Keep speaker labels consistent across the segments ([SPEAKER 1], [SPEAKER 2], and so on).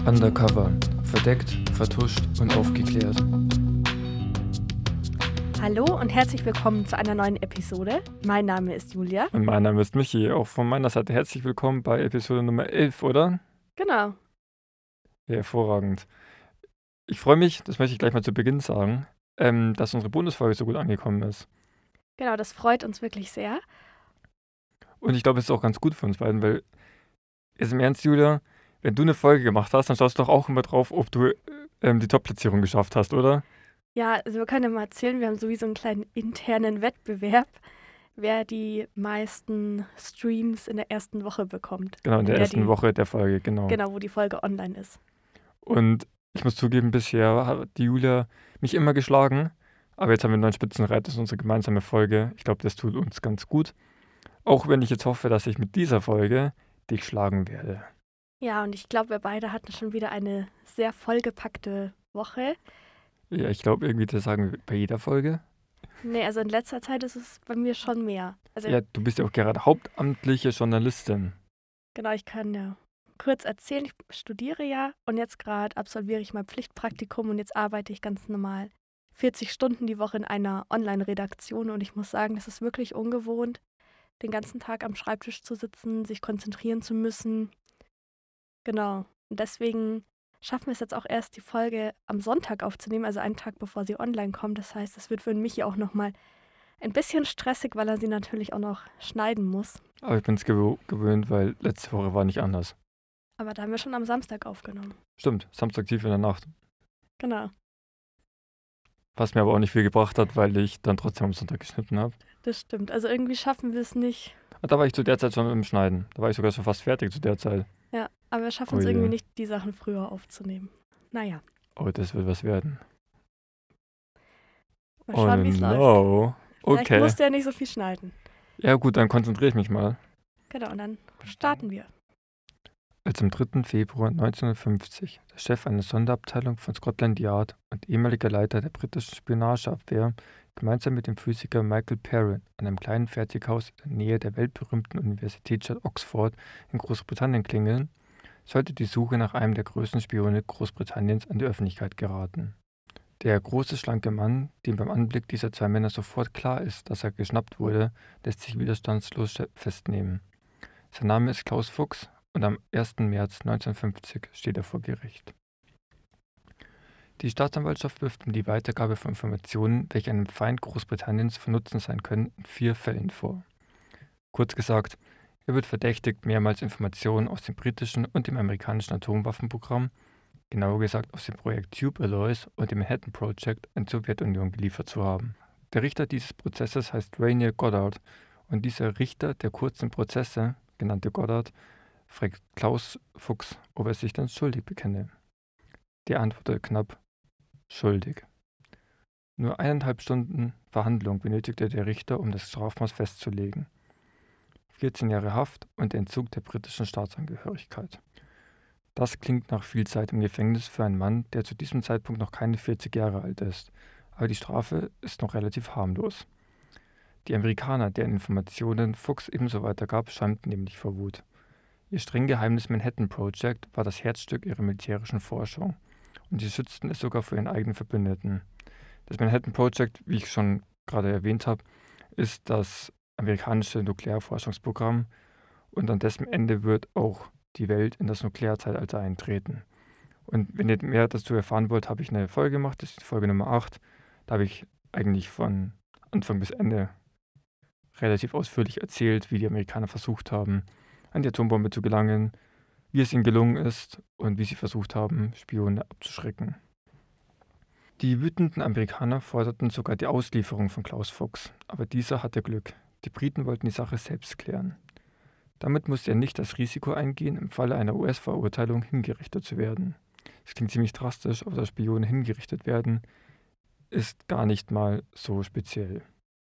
[SPEAKER 1] Undercover. Verdeckt, vertuscht und aufgeklärt.
[SPEAKER 2] Hallo und herzlich willkommen zu einer neuen Episode. Mein Name ist Julia.
[SPEAKER 1] Und mein Name ist Michi. Auch von meiner Seite herzlich willkommen bei Episode Nummer 11, oder?
[SPEAKER 2] Genau.
[SPEAKER 1] Ja, hervorragend. Ich freue mich, das möchte ich gleich mal zu Beginn sagen, dass unsere Bundesfolge so gut angekommen ist.
[SPEAKER 2] Genau, das freut uns wirklich sehr.
[SPEAKER 1] Und ich glaube, es ist auch ganz gut für uns beiden, weil, jetzt im Ernst, Julia, wenn du eine Folge gemacht hast, dann schaust du doch auch immer drauf, ob du die Top-Platzierung geschafft hast, oder?
[SPEAKER 2] Ja, also wir können ja mal erzählen, wir haben sowieso einen kleinen internen Wettbewerb, wer die meisten Streams in der ersten Woche bekommt.
[SPEAKER 1] Genau, in der ersten Woche der Folge, genau.
[SPEAKER 2] Genau, wo die Folge online ist.
[SPEAKER 1] Und ich muss zugeben, bisher hat die Julia mich immer geschlagen. Aber jetzt haben wir einen neuen Spitzenreiter, das ist unsere gemeinsame Folge. Ich glaube, das tut uns ganz gut. Auch wenn ich jetzt hoffe, dass ich mit dieser Folge dich schlagen werde.
[SPEAKER 2] Ja, und ich glaube, wir beide hatten schon wieder eine sehr vollgepackte Woche.
[SPEAKER 1] Ja, ich glaube irgendwie, das sagen wir bei jeder Folge.
[SPEAKER 2] Nee, also in letzter Zeit ist es bei mir schon mehr. Also,
[SPEAKER 1] Ja, du bist ja auch gerade hauptamtliche Journalistin.
[SPEAKER 2] genau, ich kann ja kurz erzählen, ich studiere ja und jetzt gerade absolviere ich mein Pflichtpraktikum und jetzt arbeite ich ganz normal 40 Stunden die Woche in einer Online-Redaktion und ich muss sagen, das ist wirklich ungewohnt, den ganzen Tag am Schreibtisch zu sitzen, sich konzentrieren zu müssen. Genau. Und deswegen schaffen wir es jetzt auch erst, die Folge am Sonntag aufzunehmen, also einen Tag bevor sie online kommt. Das heißt, es wird für Michi auch nochmal ein bisschen stressig, weil er sie natürlich auch noch schneiden muss.
[SPEAKER 1] Aber ich bin es gewöhnt, weil letzte Woche war nicht anders.
[SPEAKER 2] Aber da haben wir schon am Samstag aufgenommen.
[SPEAKER 1] Stimmt, Samstag tief in der Nacht.
[SPEAKER 2] Genau.
[SPEAKER 1] Was mir aber auch nicht viel gebracht hat, weil ich dann trotzdem am Sonntag geschnitten habe.
[SPEAKER 2] Das stimmt. Also irgendwie schaffen wir es nicht.
[SPEAKER 1] Da war ich zu der Zeit schon im Schneiden. Da war ich sogar schon fast fertig zu der Zeit.
[SPEAKER 2] Ja, aber wir schaffen es irgendwie nicht, die Sachen früher aufzunehmen. Naja.
[SPEAKER 1] Oh, das wird was werden.
[SPEAKER 2] Mal schauen, wie es läuft. Vielleicht musst du ja nicht so viel schneiden.
[SPEAKER 1] Ja gut, dann konzentriere ich mich mal.
[SPEAKER 2] Genau, und dann starten wir.
[SPEAKER 1] Als am 3. Februar 1950 der Chef einer Sonderabteilung von Scotland Yard und ehemaliger Leiter der britischen Spionageabwehr gemeinsam mit dem Physiker Michael Perrin an einem kleinen Fertighaus in der Nähe der weltberühmten Universitätsstadt Oxford in Großbritannien klingeln, sollte die Suche nach einem der größten Spione Großbritanniens an die Öffentlichkeit geraten. Der große, schlanke Mann, dem beim Anblick dieser zwei Männer sofort klar ist, dass er geschnappt wurde, lässt sich widerstandslos festnehmen. Sein Name ist Klaus Fuchs und am 1. März 1950 steht er vor Gericht. Die Staatsanwaltschaft wirft ihm die Weitergabe von Informationen, welche einem Feind Großbritanniens von Nutzen sein können, in 4 Fällen vor. Kurz gesagt, er wird verdächtigt, mehrmals Informationen aus dem britischen und dem amerikanischen Atomwaffenprogramm, genauer gesagt aus dem Projekt Tube Alloys und dem Manhattan Project in die Sowjetunion geliefert zu haben. Der Richter dieses Prozesses heißt Rainier Goddard und dieser Richter der kurzen Prozesse, genannte Goddard, fragt Klaus Fuchs, ob er sich denn schuldig bekenne. Der antwortet knapp, schuldig. Nur 1,5 Stunden Verhandlung benötigte der Richter, um das Strafmaß festzulegen. 14 Jahre Haft und der Entzug der britischen Staatsangehörigkeit. Das klingt nach viel Zeit im Gefängnis für einen Mann, der zu diesem Zeitpunkt noch keine 40 Jahre alt ist. Aber die Strafe ist noch relativ harmlos. Die Amerikaner, deren Informationen Fuchs ebenso weitergab, schäumten nämlich vor Wut. Ihr streng geheimes Manhattan Project war das Herzstück ihrer militärischen Forschung und sie schützten es sogar vor ihren eigenen Verbündeten. Das Manhattan Project, wie ich schon gerade erwähnt habe, ist das amerikanische Nuklearforschungsprogramm und an dessen Ende wird auch die Welt in das Nuklearzeitalter eintreten. Und wenn ihr mehr dazu erfahren wollt, habe ich eine Folge gemacht, das ist die Folge Nummer 8. Da habe ich eigentlich von Anfang bis Ende relativ ausführlich erzählt, wie die Amerikaner versucht haben, an die Atombombe zu gelangen, wie es ihnen gelungen ist und wie sie versucht haben, Spione abzuschrecken. Die wütenden Amerikaner forderten sogar die Auslieferung von Klaus Fuchs, aber dieser hatte Glück. Die Briten wollten die Sache selbst klären. Damit musste er nicht das Risiko eingehen, im Falle einer US-Verurteilung hingerichtet zu werden. Das klingt ziemlich drastisch, aber dass Spione hingerichtet werden, ist gar nicht mal so speziell.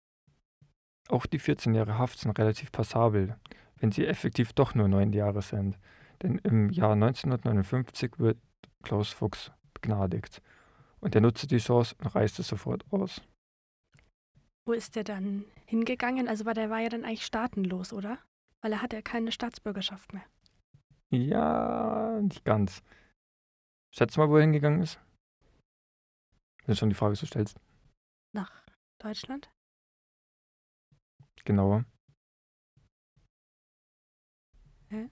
[SPEAKER 1] Auch die 14 Jahre Haft sind relativ passabel, wenn sie effektiv doch nur 9 Jahre sind. Denn im Jahr 1959 wird Klaus Fuchs begnadigt. Und er nutzte die Chance und reiste sofort aus.
[SPEAKER 2] Wo ist der dann hingegangen? Also, der war ja dann eigentlich staatenlos, oder? Weil er hat ja keine Staatsbürgerschaft mehr.
[SPEAKER 1] Ja, nicht ganz. Schätz mal, wo er hingegangen ist. Wenn du schon die Frage so stellst.
[SPEAKER 2] Nach Deutschland?
[SPEAKER 1] Genauer.
[SPEAKER 2] Hä?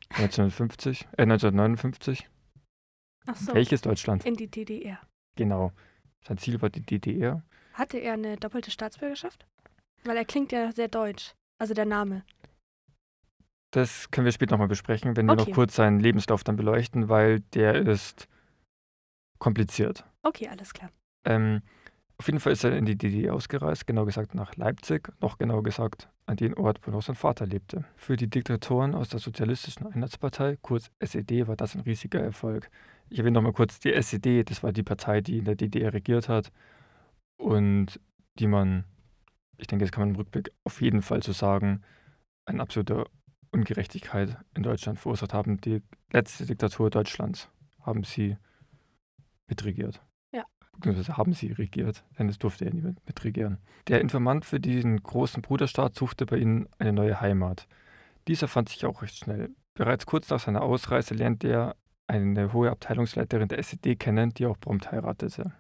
[SPEAKER 1] 1959.
[SPEAKER 2] Ach so,
[SPEAKER 1] Welches Deutschland?
[SPEAKER 2] in die DDR.
[SPEAKER 1] Genau. Sein Ziel war die DDR.
[SPEAKER 2] Hatte er eine doppelte Staatsbürgerschaft? Weil er klingt ja sehr deutsch. Also der Name.
[SPEAKER 1] Das können wir später nochmal besprechen, wenn wir noch
[SPEAKER 2] Okay.
[SPEAKER 1] kurz seinen Lebenslauf dann beleuchten, weil der ist kompliziert.
[SPEAKER 2] Okay, alles klar.
[SPEAKER 1] Auf jeden Fall ist er in die DDR ausgereist, genau gesagt nach Leipzig, noch genauer gesagt an den Ort, wo noch sein Vater lebte. Für die Diktatoren aus der Sozialistischen Einheitspartei, kurz SED, war das ein riesiger Erfolg. Ich erwähne nochmal kurz die SED, das war die Partei, die in der DDR regiert hat und die man, ich denke, das kann man im Rückblick auf jeden Fall so sagen, eine absolute Ungerechtigkeit in Deutschland verursacht haben. Die letzte Diktatur Deutschlands haben sie mitregiert.
[SPEAKER 2] Ja.
[SPEAKER 1] Beziehungsweise haben sie regiert, denn es durfte er niemand mitregieren. Der Informant für diesen großen Bruderstaat suchte bei ihnen eine neue Heimat. Dieser fand sich auch recht schnell. Bereits kurz nach seiner Ausreise lernte er eine hohe Abteilungsleiterin der SED kennen, die auch prompt heiratete.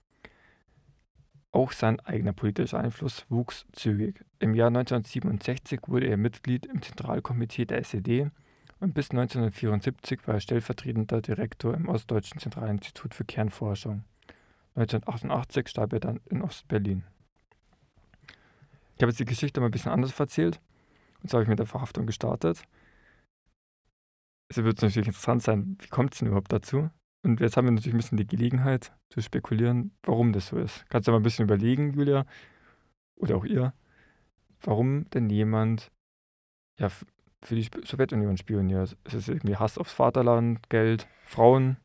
[SPEAKER 1] Auch sein eigener politischer Einfluss wuchs zügig. Im Jahr 1967 wurde er Mitglied im Zentralkomitee der SED und bis 1974 war er stellvertretender Direktor im Ostdeutschen Zentralinstitut für Kernforschung. 1988 starb er dann in Ostberlin. Ich habe jetzt die Geschichte mal ein bisschen anders erzählt. Und zwar habe ich mit der Verhaftung gestartet. Es wird natürlich interessant sein, wie kommt es denn überhaupt dazu? Und jetzt haben wir natürlich ein bisschen die Gelegenheit zu spekulieren, warum das so ist. Kannst du mal ein bisschen überlegen, Julia, oder auch ihr, warum denn jemand für die Sowjetunion spioniert? Ist es irgendwie Hass aufs Vaterland, Geld, Frauen?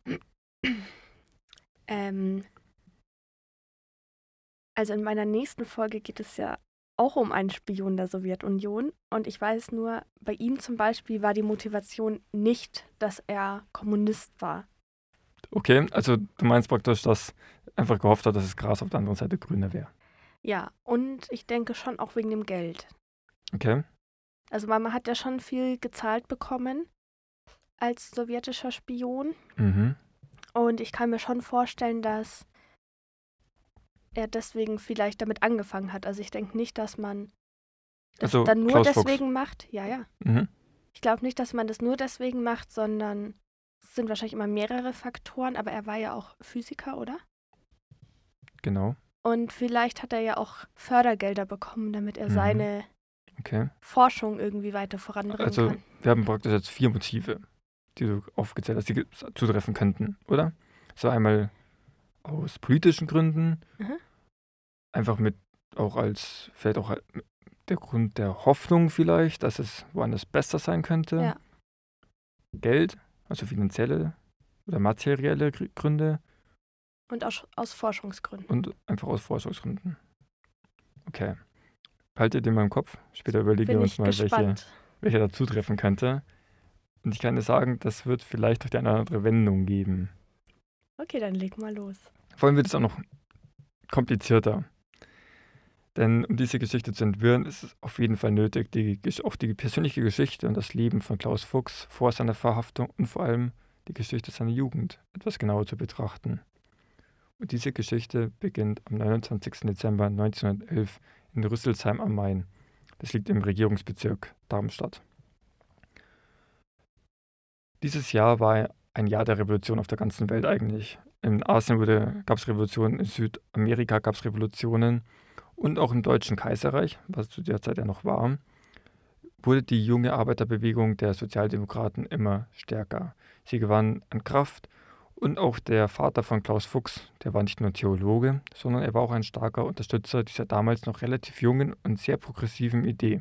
[SPEAKER 2] Also in meiner nächsten Folge geht es ja auch um einen Spion der Sowjetunion. Und ich weiß nur, bei ihm zum Beispiel war die Motivation nicht, dass er Kommunist war.
[SPEAKER 1] Okay, also du meinst praktisch, dass er einfach gehofft hat, dass das Gras auf der anderen Seite grüner wäre.
[SPEAKER 2] Ja, und ich denke schon auch wegen dem Geld.
[SPEAKER 1] Okay.
[SPEAKER 2] Also Mama hat ja schon viel gezahlt bekommen als sowjetischer Spion.
[SPEAKER 1] Mhm.
[SPEAKER 2] Und ich kann mir schon vorstellen, dass er deswegen vielleicht damit angefangen hat. Also ich denke nicht, dass man das
[SPEAKER 1] Also
[SPEAKER 2] dann nur
[SPEAKER 1] Klaus Fuchs.
[SPEAKER 2] deswegen macht. Ja.
[SPEAKER 1] Mhm.
[SPEAKER 2] Ich glaube nicht, dass man das nur deswegen macht, sondern es sind wahrscheinlich immer mehrere Faktoren. Aber er war ja auch Physiker, oder?
[SPEAKER 1] Genau.
[SPEAKER 2] Und vielleicht hat er ja auch Fördergelder bekommen, damit er seine Forschung irgendwie weiter voranbringen
[SPEAKER 1] Also
[SPEAKER 2] kann.
[SPEAKER 1] wir haben praktisch jetzt 4 Motive, die du aufgezählt hast, die zutreffen könnten, oder? So einmal aus politischen Gründen, einfach mit auch als, vielleicht auch der Grund der Hoffnung vielleicht, dass es woanders besser sein könnte.
[SPEAKER 2] Ja.
[SPEAKER 1] Geld, also finanzielle oder materielle Gründe.
[SPEAKER 2] Und aus Forschungsgründen.
[SPEAKER 1] Und einfach aus Forschungsgründen. Okay. Behaltet ihr mal im Kopf. Später überlegen wir uns mal, welche dazu treffen könnte. Und ich kann dir sagen, das wird vielleicht auch die eine oder andere Wendung geben.
[SPEAKER 2] Okay, dann leg mal los.
[SPEAKER 1] Vor allem wird es auch noch komplizierter. Denn um diese Geschichte zu entwirren, ist es auf jeden Fall nötig, auch die persönliche Geschichte und das Leben von Klaus Fuchs vor seiner Verhaftung und vor allem die Geschichte seiner Jugend etwas genauer zu betrachten. Und diese Geschichte beginnt am 29. Dezember 1911 in Rüsselsheim am Main. Das liegt im Regierungsbezirk Darmstadt. Dieses Jahr war ein Jahr der Revolution auf der ganzen Welt eigentlich. In Asien gab es Revolutionen, in Südamerika gab es Revolutionen und auch im Deutschen Kaiserreich, was zu der Zeit ja noch war, wurde die junge Arbeiterbewegung der Sozialdemokraten immer stärker. Sie gewann an Kraft. Und auch der Vater von Klaus Fuchs, der war nicht nur Theologe, sondern er war auch ein starker Unterstützer dieser damals noch relativ jungen und sehr progressiven Idee.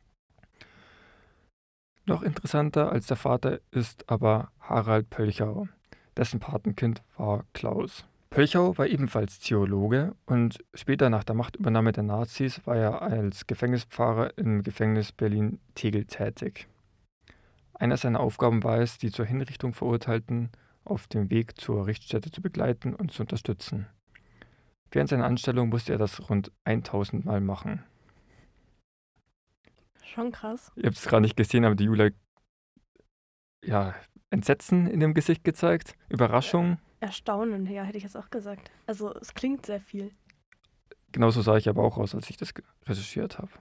[SPEAKER 1] Noch interessanter als der Vater ist aber Harald Pölchau. Dessen Patenkind war Klaus. Pölchau war ebenfalls Theologe und später nach der Machtübernahme der Nazis war er als Gefängnispfarrer im Gefängnis Berlin-Tegel tätig. Einer seiner Aufgaben war es, die zur Hinrichtung Verurteilten auf dem Weg zur Richtstätte zu begleiten und zu unterstützen. Während seiner Anstellung musste er das rund 1000 Mal machen.
[SPEAKER 2] Schon krass.
[SPEAKER 1] Ihr habt es gerade nicht gesehen, aber die Julia Entsetzen in dem Gesicht gezeigt, Überraschung.
[SPEAKER 2] Erstaunend, ja, hätte ich jetzt auch gesagt. Also es klingt sehr viel.
[SPEAKER 1] Genauso sah ich aber auch aus, als ich das recherchiert habe.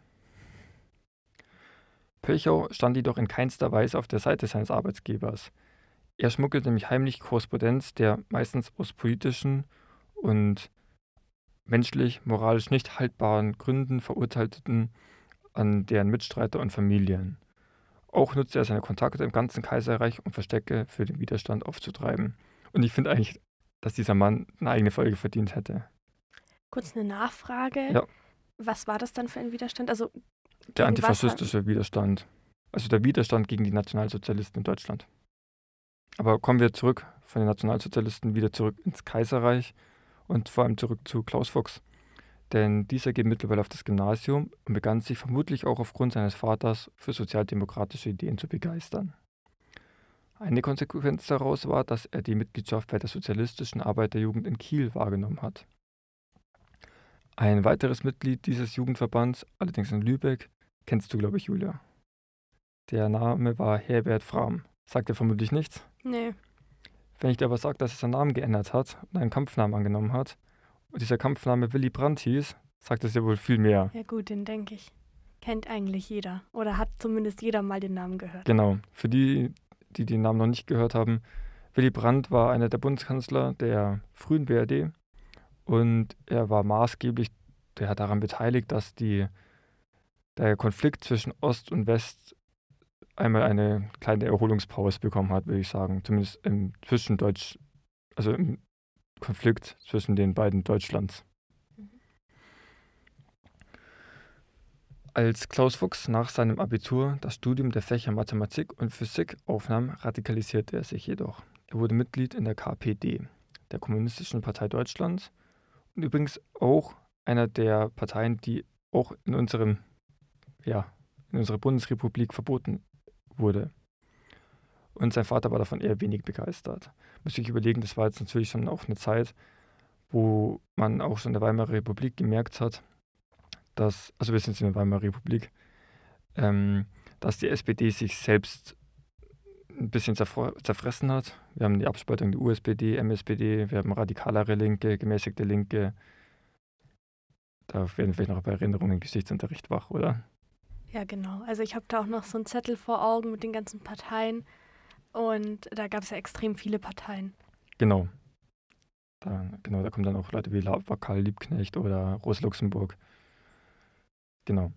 [SPEAKER 1] Pölchow stand jedoch in keinster Weise auf der Seite seines Arbeitgebers. Er schmuggelte nämlich heimlich Korrespondenz der meistens aus politischen und menschlich, moralisch nicht haltbaren Gründen Verurteilten an deren Mitstreiter und Familien. Auch nutzte er seine Kontakte im ganzen Kaiserreich, um Verstecke für den Widerstand aufzutreiben. Und ich finde eigentlich, dass dieser Mann eine eigene Folge verdient hätte.
[SPEAKER 2] Kurz eine Nachfrage.
[SPEAKER 1] Ja,
[SPEAKER 2] Was war das dann für ein Widerstand? Also
[SPEAKER 1] der
[SPEAKER 2] gegen was?
[SPEAKER 1] antifaschistische Widerstand. Also der Widerstand gegen die Nationalsozialisten in Deutschland. Aber kommen wir zurück von den Nationalsozialisten wieder zurück ins Kaiserreich und vor allem zurück zu Klaus Fuchs. Denn dieser geht mittlerweile auf das Gymnasium und begann sich vermutlich auch aufgrund seines Vaters für sozialdemokratische Ideen zu begeistern. Eine Konsequenz daraus war, dass er die Mitgliedschaft bei der Sozialistischen Arbeiterjugend in Kiel wahrgenommen hat. Ein weiteres Mitglied dieses Jugendverbands, allerdings in Lübeck, kennst du, glaube ich, Julia. Der Name war Herbert Frahm. Sagt dir vermutlich nichts?
[SPEAKER 2] Nee.
[SPEAKER 1] Wenn ich dir aber sage, dass er seinen Namen geändert hat und einen Kampfnamen angenommen hat und dieser Kampfname Willy Brandt hieß, sagt es ja wohl viel mehr.
[SPEAKER 2] Ja gut, den denke ich. Kennt eigentlich jeder. Oder hat zumindest jeder mal den Namen gehört.
[SPEAKER 1] Genau. Für die, die den Namen noch nicht gehört haben, Willy Brandt war einer der Bundeskanzler der frühen BRD und er war maßgeblich daran beteiligt, dass der Konflikt zwischen Ost und West einmal eine kleine Erholungspause bekommen hat, würde ich sagen. Zumindest im Konflikt zwischen den beiden Deutschlands. Als Klaus Fuchs nach seinem Abitur das Studium der Fächer Mathematik und Physik aufnahm, radikalisierte er sich jedoch. Er wurde Mitglied in der KPD, der Kommunistischen Partei Deutschlands, und übrigens auch einer der Parteien, die auch in unserer Bundesrepublik verboten wurde. Und sein Vater war davon eher wenig begeistert. Muss ich überlegen, das war jetzt natürlich schon auch eine Zeit, wo man auch schon in der Weimarer Republik gemerkt hat, also wir sind in der Weimarer Republik, dass die SPD sich selbst ein bisschen zerfressen hat. Wir haben die Abspaltung der USPD, MSPD, wir haben radikalere Linke, gemäßigte Linke. Da werden wir vielleicht noch bei Erinnerungen im Geschichtsunterricht wach, oder?
[SPEAKER 2] Ja, genau. Also ich habe da auch noch so einen Zettel vor Augen mit den ganzen Parteien. Und da gab es ja extrem viele Parteien.
[SPEAKER 1] Genau. Da kommen dann auch Leute wie Karl Liebknecht oder Rosa Luxemburg. Genau.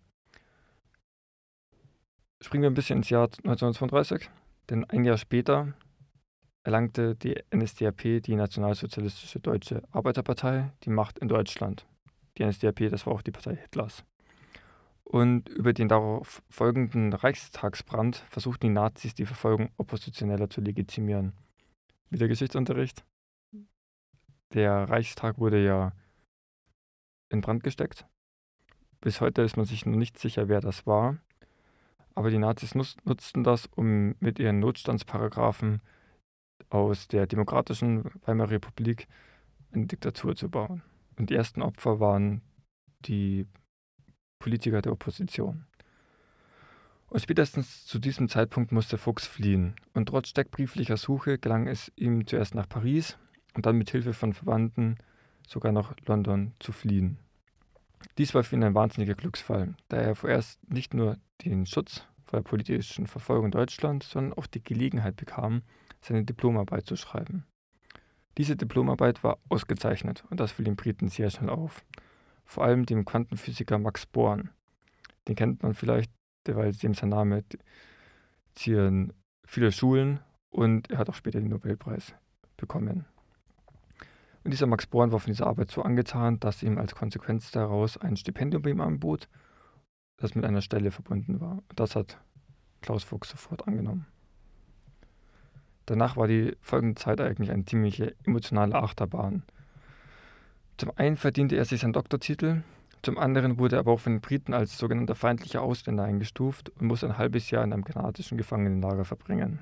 [SPEAKER 1] Springen wir ein bisschen ins Jahr 1932, denn ein Jahr später erlangte die NSDAP, die Nationalsozialistische Deutsche Arbeiterpartei, die Macht in Deutschland. Die NSDAP, das war auch die Partei Hitlers. Und über den darauf folgenden Reichstagsbrand versuchten die Nazis die Verfolgung Oppositioneller zu legitimieren. Wieder Geschichtsunterricht. Der Reichstag wurde ja in Brand gesteckt. Bis heute ist man sich noch nicht sicher, wer das war. Aber die Nazis nutzten das, um mit ihren Notstandsparagraphen aus der demokratischen Weimarer Republik eine Diktatur zu bauen. Und die ersten Opfer waren die Politiker der Opposition. Und spätestens zu diesem Zeitpunkt musste Fuchs fliehen. Und trotz steckbrieflicher Suche gelang es ihm zuerst nach Paris und dann mit Hilfe von Verwandten sogar nach London zu fliehen. Dies war für ihn ein wahnsinniger Glücksfall, da er vorerst nicht nur den Schutz vor der politischen Verfolgung in Deutschland, sondern auch die Gelegenheit bekam, seine Diplomarbeit zu schreiben. Diese Diplomarbeit war ausgezeichnet und das fiel den Briten sehr schnell auf. Vor allem dem Quantenphysiker Max Born. Den kennt man vielleicht, weil dem sein Name zieren viele Schulen und er hat auch später den Nobelpreis bekommen. Und dieser Max Born war von dieser Arbeit so angetan, dass ihm als Konsequenz daraus ein Stipendium bei ihm anbot, das mit einer Stelle verbunden war. Und das hat Klaus Fuchs sofort angenommen. Danach war die folgende Zeit eigentlich eine ziemliche emotionale Achterbahn. Zum einen verdiente er sich seinen Doktortitel, zum anderen wurde er aber auch von den Briten als sogenannter feindlicher Ausländer eingestuft und musste ein halbes Jahr in einem kanadischen Gefangenenlager verbringen.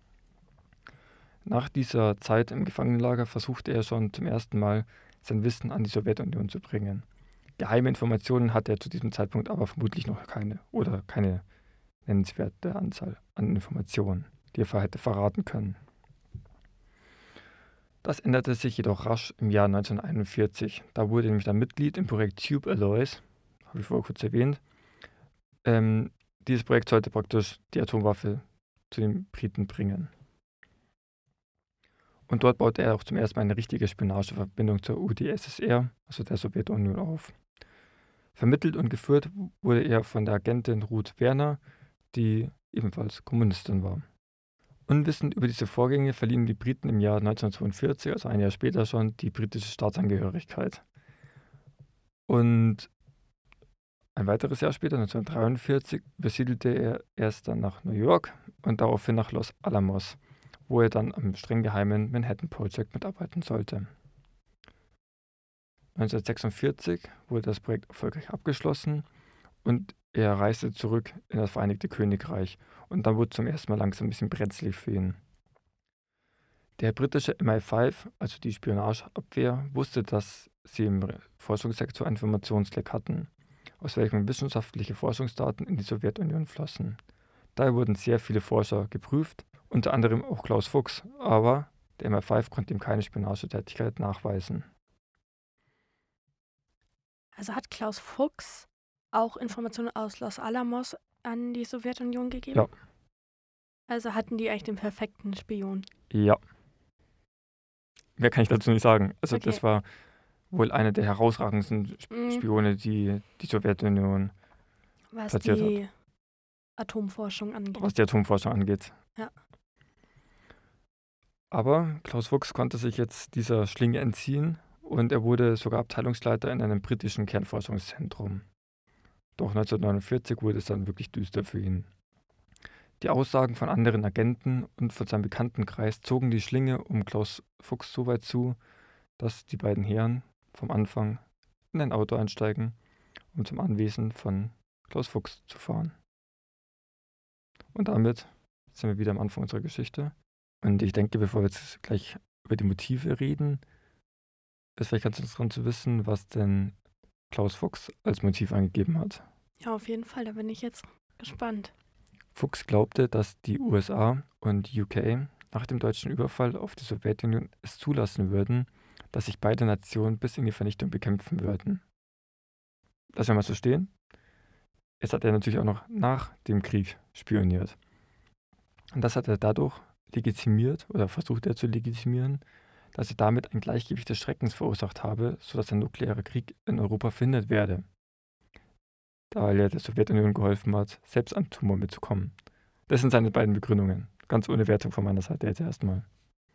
[SPEAKER 1] Nach dieser Zeit im Gefangenenlager versuchte er schon zum ersten Mal, sein Wissen an die Sowjetunion zu bringen. Geheime Informationen hatte er zu diesem Zeitpunkt aber vermutlich noch keine oder keine nennenswerte Anzahl an Informationen, die er hätte verraten können. Das änderte sich jedoch rasch im Jahr 1941. Da wurde nämlich dann Mitglied im Projekt Tube Alloys, habe ich vorher kurz erwähnt. Dieses Projekt sollte praktisch die Atomwaffe zu den Briten bringen. Und dort baute er auch zum ersten Mal eine richtige Spionageverbindung zur UdSSR, also der Sowjetunion, auf. Vermittelt und geführt wurde er von der Agentin Ruth Werner, die ebenfalls Kommunistin war. Unwissend über diese Vorgänge verliehen die Briten im Jahr 1942, also ein Jahr später schon, die britische Staatsangehörigkeit. Und ein weiteres Jahr später, 1943, übersiedelte er erst dann nach New York und daraufhin nach Los Alamos, wo er dann am streng geheimen Manhattan Project mitarbeiten sollte. 1946 wurde das Projekt erfolgreich abgeschlossen und er reiste zurück in das Vereinigte Königreich und dann wurde zum ersten Mal langsam ein bisschen brenzlig für ihn. Der britische MI5, also die Spionageabwehr, wusste, dass sie im Forschungssektor einen Informationsleck hatten, aus welchem wissenschaftliche Forschungsdaten in die Sowjetunion flossen. Daher wurden sehr viele Forscher geprüft, unter anderem auch Klaus Fuchs, aber der MI5 konnte ihm keine Spionagetätigkeit nachweisen.
[SPEAKER 2] Also hat Klaus Fuchs auch Informationen aus Los Alamos an die Sowjetunion gegeben?
[SPEAKER 1] Ja.
[SPEAKER 2] Also hatten die eigentlich den perfekten Spion?
[SPEAKER 1] Ja. Mehr kann ich dazu nicht sagen. Also
[SPEAKER 2] Okay.
[SPEAKER 1] das war wohl einer der herausragendsten Spione, die die Sowjetunion
[SPEAKER 2] Was
[SPEAKER 1] platziert hat.
[SPEAKER 2] die Atomforschung angeht.
[SPEAKER 1] Was die Atomforschung angeht.
[SPEAKER 2] Ja.
[SPEAKER 1] Aber Klaus Fuchs konnte sich jetzt dieser Schlinge entziehen und er wurde sogar Abteilungsleiter in einem britischen Kernforschungszentrum. Doch 1949 wurde es dann wirklich düster für ihn. Die Aussagen von anderen Agenten und von seinem Bekanntenkreis zogen die Schlinge um Klaus Fuchs so weit zu, dass die beiden Herren vom Anfang in ein Auto einsteigen, um zum Anwesen von Klaus Fuchs zu fahren. Und damit sind wir wieder am Anfang unserer Geschichte. Und ich denke, bevor wir jetzt gleich über die Motive reden, ist vielleicht ganz interessant zu wissen, was denn Klaus Fuchs als Motiv angegeben hat.
[SPEAKER 2] Ja, auf jeden Fall, da bin ich jetzt gespannt.
[SPEAKER 1] Fuchs glaubte, dass die USA und UK nach dem deutschen Überfall auf die Sowjetunion es zulassen würden, dass sich beide Nationen bis in die Vernichtung bekämpfen würden. Lassen wir mal so stehen. Jetzt hat er natürlich auch noch nach dem Krieg spioniert. Und das hat er dadurch legitimiert oder versucht er zu legitimieren, dass er damit ein Gleichgewicht des Schreckens verursacht habe, sodass ein nuklearer Krieg in Europa verhindert werde. Da er der Sowjetunion geholfen hat, selbst an Tumor mitzukommen. Das sind seine beiden Begründungen. Ganz ohne Wertung von meiner Seite jetzt erstmal.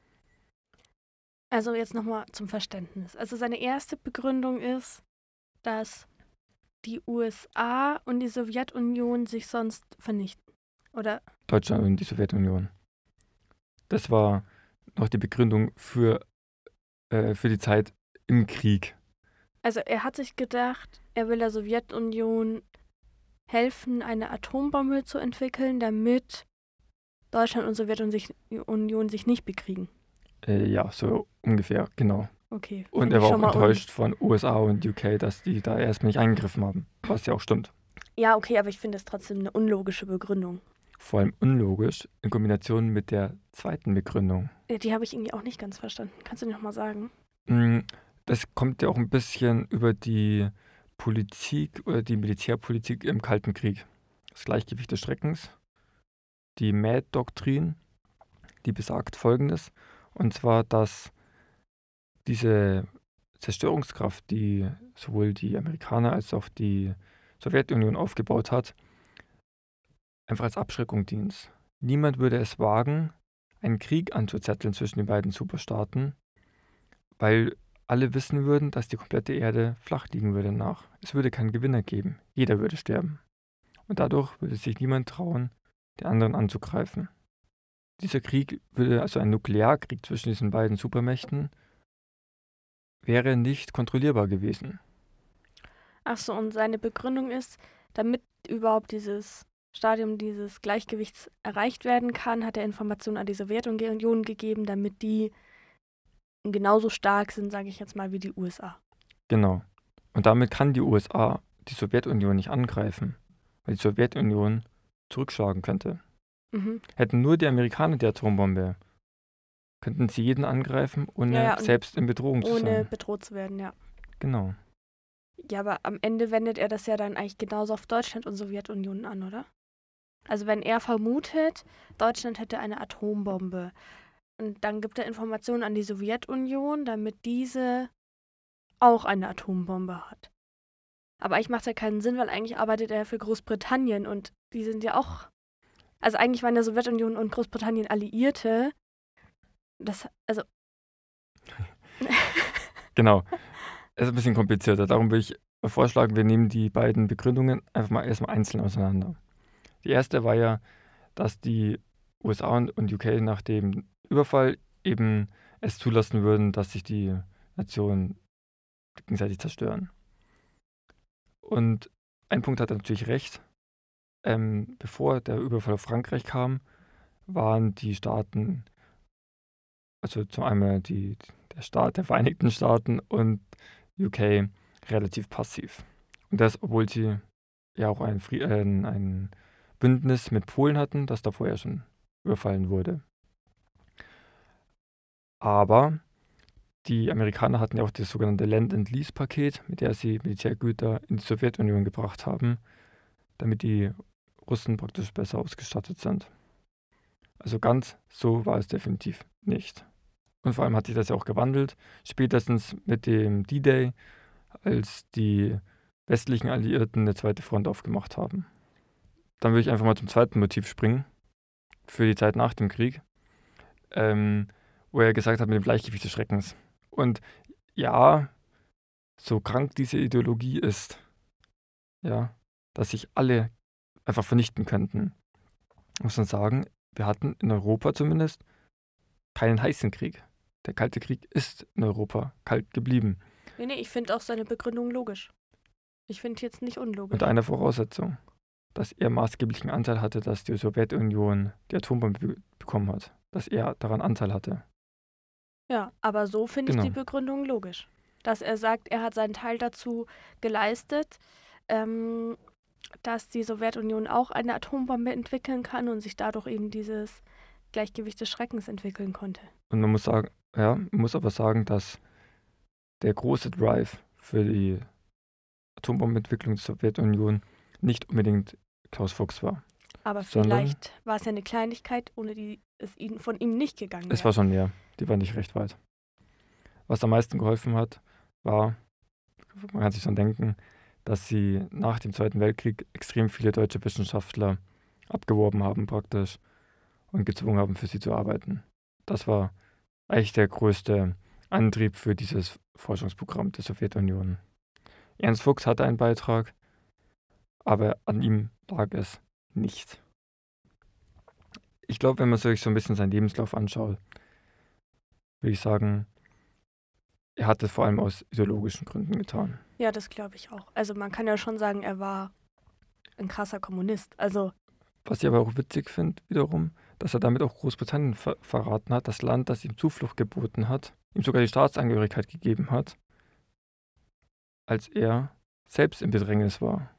[SPEAKER 2] Also jetzt nochmal zum Verständnis. Also seine erste Begründung ist, dass die USA und die Sowjetunion sich sonst vernichten, oder?
[SPEAKER 1] Deutschland und die Sowjetunion. Das war noch die Begründung für die Zeit im Krieg.
[SPEAKER 2] Also er hat sich gedacht, er will der Sowjetunion helfen, eine Atombombe zu entwickeln, damit Deutschland und Sowjetunion sich nicht bekriegen.
[SPEAKER 1] Ja, so ungefähr, genau.
[SPEAKER 2] Okay.
[SPEAKER 1] Und er war auch enttäuscht von USA und UK, dass die da erstmal nicht eingegriffen haben, was ja auch stimmt.
[SPEAKER 2] Ja, okay, aber ich finde es trotzdem eine unlogische Begründung.
[SPEAKER 1] Vor allem unlogisch in Kombination mit der zweiten Begründung.
[SPEAKER 2] Ja, die habe ich irgendwie auch nicht ganz verstanden. Kannst du mir nochmal sagen?
[SPEAKER 1] Das kommt ja auch ein bisschen über die Politik oder die Militärpolitik im Kalten Krieg. Das Gleichgewicht des Schreckens, die MAD-Doktrin, die besagt Folgendes, und zwar, dass diese Zerstörungskraft, die sowohl die Amerikaner als auch die Sowjetunion aufgebaut hat, einfach als Abschreckung dient. Niemand würde es wagen, einen Krieg anzuzetteln zwischen den beiden Superstaaten, weil alle wissen würden, dass die komplette Erde flach liegen würde nach. Es würde keinen Gewinner geben. Jeder würde sterben. Und dadurch würde sich niemand trauen, den anderen anzugreifen. Dieser Krieg würde, also ein Nuklearkrieg zwischen diesen beiden Supermächten, wäre nicht kontrollierbar gewesen.
[SPEAKER 2] Achso, und seine Begründung ist, damit überhaupt dieses Stadium dieses Gleichgewichts erreicht werden kann, hat er Informationen an die Sowjetunion gegeben, damit die genauso stark sind, sage ich jetzt mal, wie die USA.
[SPEAKER 1] Genau. Und damit kann die USA die Sowjetunion nicht angreifen, weil die Sowjetunion zurückschlagen könnte. Hätten nur die Amerikaner die Atombombe könnten sie jeden angreifen,
[SPEAKER 2] Ja,
[SPEAKER 1] ohne
[SPEAKER 2] ja, und
[SPEAKER 1] selbst in Bedrohung zu
[SPEAKER 2] ohne
[SPEAKER 1] sein.
[SPEAKER 2] bedroht zu werden, ja.
[SPEAKER 1] Genau.
[SPEAKER 2] Ja, aber am Ende wendet er das ja dann eigentlich genauso auf Deutschland und Sowjetunion an, oder? Also wenn er vermutet, Deutschland hätte eine Atombombe und dann gibt er Informationen an die Sowjetunion, damit diese auch eine Atombombe hat. Aber eigentlich macht es ja keinen Sinn, weil eigentlich arbeitet er für Großbritannien und die sind ja auch, also eigentlich waren ja Sowjetunion und Großbritannien Alliierte. Also
[SPEAKER 1] Genau. Es ist ein bisschen komplizierter. Darum würde ich vorschlagen, wir nehmen die beiden Begründungen einfach mal erstmal einzeln auseinander. Die erste war ja, dass die USA und UK nach dem Überfall eben es zulassen würden, dass sich die Nationen gegenseitig zerstören. Und ein Punkt hat er natürlich recht. Bevor der Überfall auf Frankreich kam, waren die Staaten, also zum einen der Staat der Vereinigten Staaten und UK relativ passiv. Und das, obwohl sie ja auch ein Bündnis mit Polen hatten, das davor ja schon überfallen wurde. Aber die Amerikaner hatten ja auch das sogenannte Land-and-Lease-Paket, mit der sie Militärgüter in die Sowjetunion gebracht haben, damit die Russen praktisch besser ausgestattet sind. Also ganz so war es definitiv nicht. Und vor allem hat sich das ja auch gewandelt, spätestens mit dem D-Day, als die westlichen Alliierten eine zweite Front aufgemacht haben. Dann würde ich einfach mal zum zweiten Motiv springen, für die Zeit nach dem Krieg, wo er gesagt hat, mit dem Gleichgewicht des Schreckens. Und ja, so krank diese Ideologie ist, ja, dass sich alle einfach vernichten könnten, muss man sagen, wir hatten in Europa zumindest keinen heißen Krieg. Der Kalte Krieg ist in Europa kalt geblieben.
[SPEAKER 2] nee, ich finde auch seine Begründung logisch. Ich finde jetzt nicht unlogisch.
[SPEAKER 1] Unter einer Voraussetzung, dass er maßgeblichen Anteil hatte, dass die Sowjetunion die Atombombe bekommen hat. Dass er daran Anteil hatte.
[SPEAKER 2] Ja, aber so finde ich
[SPEAKER 1] Genau.
[SPEAKER 2] die Begründung logisch. Dass er sagt, er hat seinen Teil dazu geleistet, dass die Sowjetunion auch eine Atombombe entwickeln kann und sich dadurch eben dieses Gleichgewicht des Schreckens entwickeln konnte.
[SPEAKER 1] Und man muss sagen, ja, man muss aber sagen, dass der große Drive für die Atombombenentwicklung der Sowjetunion nicht unbedingt Klaus Fuchs war.
[SPEAKER 2] Aber
[SPEAKER 1] Sondern
[SPEAKER 2] vielleicht war es ja eine Kleinigkeit, ohne die es von ihm nicht gegangen wäre.
[SPEAKER 1] es war schon mehr. Die war nicht recht weit. Was am meisten geholfen hat, war, man kann sich schon denken, dass sie nach dem Zweiten Weltkrieg extrem viele deutsche Wissenschaftler abgeworben haben praktisch und gezwungen haben, für sie zu arbeiten. Das war eigentlich der größte Antrieb für dieses Forschungsprogramm der Sowjetunion. Ernst Fuchs hatte einen Beitrag, aber an ihm lag es nicht. Ich glaube, wenn man sich so ein bisschen seinen Lebenslauf anschaut, würde ich sagen, er hat es vor allem aus ideologischen Gründen getan.
[SPEAKER 2] Ja, das glaube ich auch. Also man kann ja schon sagen, er war ein krasser Kommunist. Also
[SPEAKER 1] Was ich aber auch witzig finde, wiederum, dass er damit auch Großbritannien verraten hat, das Land, das ihm Zuflucht geboten hat, ihm sogar die Staatsangehörigkeit gegeben hat, als er selbst im Bedrängnis war.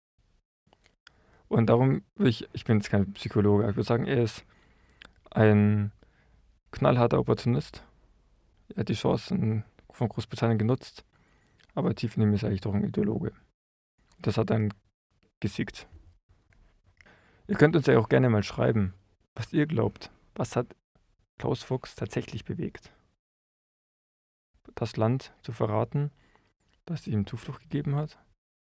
[SPEAKER 1] Und darum würde ich bin jetzt kein Psychologe, aber ich würde sagen, er ist ein knallharter Opportunist. Er hat die Chancen von Großbritannien genutzt, aber tief in ihm ist er eigentlich doch ein Ideologe. Das hat dann gesiegt. Ihr könnt uns ja auch gerne mal schreiben, was ihr glaubt. Was hat Klaus Fuchs tatsächlich bewegt? Das Land zu verraten, das ihm Zuflucht gegeben hat?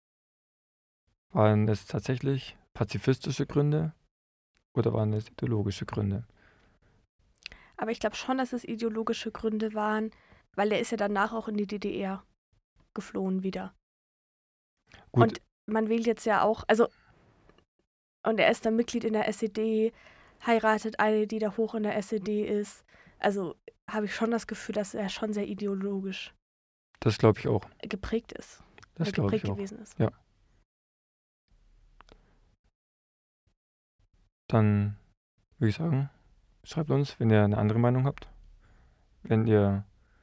[SPEAKER 1] Waren es tatsächlich pazifistische Gründe oder waren es ideologische Gründe?
[SPEAKER 2] aber ich glaube schon, dass es ideologische Gründe waren, weil er ist ja danach auch in die DDR geflohen wieder.
[SPEAKER 1] Gut,
[SPEAKER 2] Und man wählt jetzt ja auch, also, und er ist dann Mitglied in der SED, heiratet eine, die da hoch in der SED ist. Also habe ich schon das Gefühl, dass er schon sehr ideologisch
[SPEAKER 1] das glaube ich auch.
[SPEAKER 2] geprägt ist.
[SPEAKER 1] Das
[SPEAKER 2] oder
[SPEAKER 1] glaube ich
[SPEAKER 2] geprägt
[SPEAKER 1] auch.
[SPEAKER 2] gewesen ist.
[SPEAKER 1] Ja. Dann würde ich sagen, schreibt uns, wenn ihr eine andere Meinung habt. Wenn ihr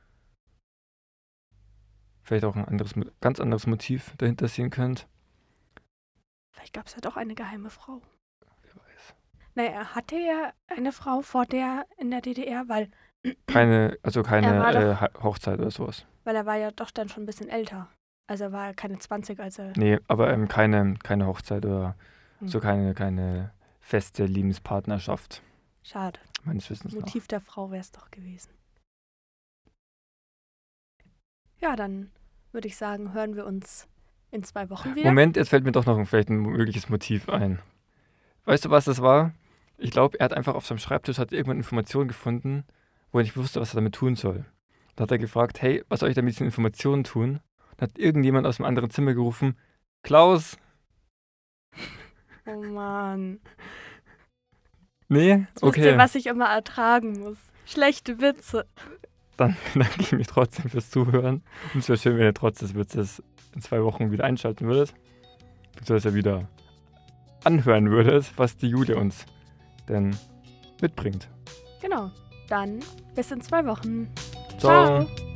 [SPEAKER 1] vielleicht auch ein ganz anderes Motiv dahinter sehen könnt.
[SPEAKER 2] Vielleicht gab es ja doch eine geheime Frau.
[SPEAKER 1] Wer weiß.
[SPEAKER 2] Naja, er hatte ja eine Frau vor der in der DDR, weil
[SPEAKER 1] Keine
[SPEAKER 2] Er war
[SPEAKER 1] Hochzeit oder sowas.
[SPEAKER 2] Weil er war ja doch dann schon ein bisschen älter. Also er war ja keine 20, als er...
[SPEAKER 1] Nee, aber keine Hochzeit oder so
[SPEAKER 2] Hm.
[SPEAKER 1] keine feste Liebespartnerschaft,
[SPEAKER 2] Schade.
[SPEAKER 1] meines Wissens nach.
[SPEAKER 2] Motiv der Frau wäre es doch gewesen. Ja, dann würde ich sagen, hören wir uns in 2 Wochen wieder.
[SPEAKER 1] Moment, jetzt fällt mir doch noch vielleicht ein mögliches Motiv ein. Weißt du, was das war? Ich glaube, er hat einfach auf seinem Schreibtisch irgendwann Informationen gefunden, wo er nicht wusste, was er damit tun soll. Da hat er gefragt, hey, was soll ich da mit diesen Informationen tun? Dann hat irgendjemand aus dem anderen Zimmer gerufen, Klaus!
[SPEAKER 2] Oh Mann.
[SPEAKER 1] Nee?
[SPEAKER 2] Jetzt wisst ihr,
[SPEAKER 1] Okay.
[SPEAKER 2] was ich immer ertragen muss. Schlechte Witze.
[SPEAKER 1] Dann bedanke ich mich trotzdem fürs Zuhören. Und es wäre schön, wenn ihr trotz des Witzes in 2 Wochen wieder einschalten würdet. Beziehungsweise wieder anhören würdet, was die Julia uns denn mitbringt.
[SPEAKER 2] Genau. Dann bis in 2 Wochen.
[SPEAKER 1] Ciao.
[SPEAKER 2] Ciao.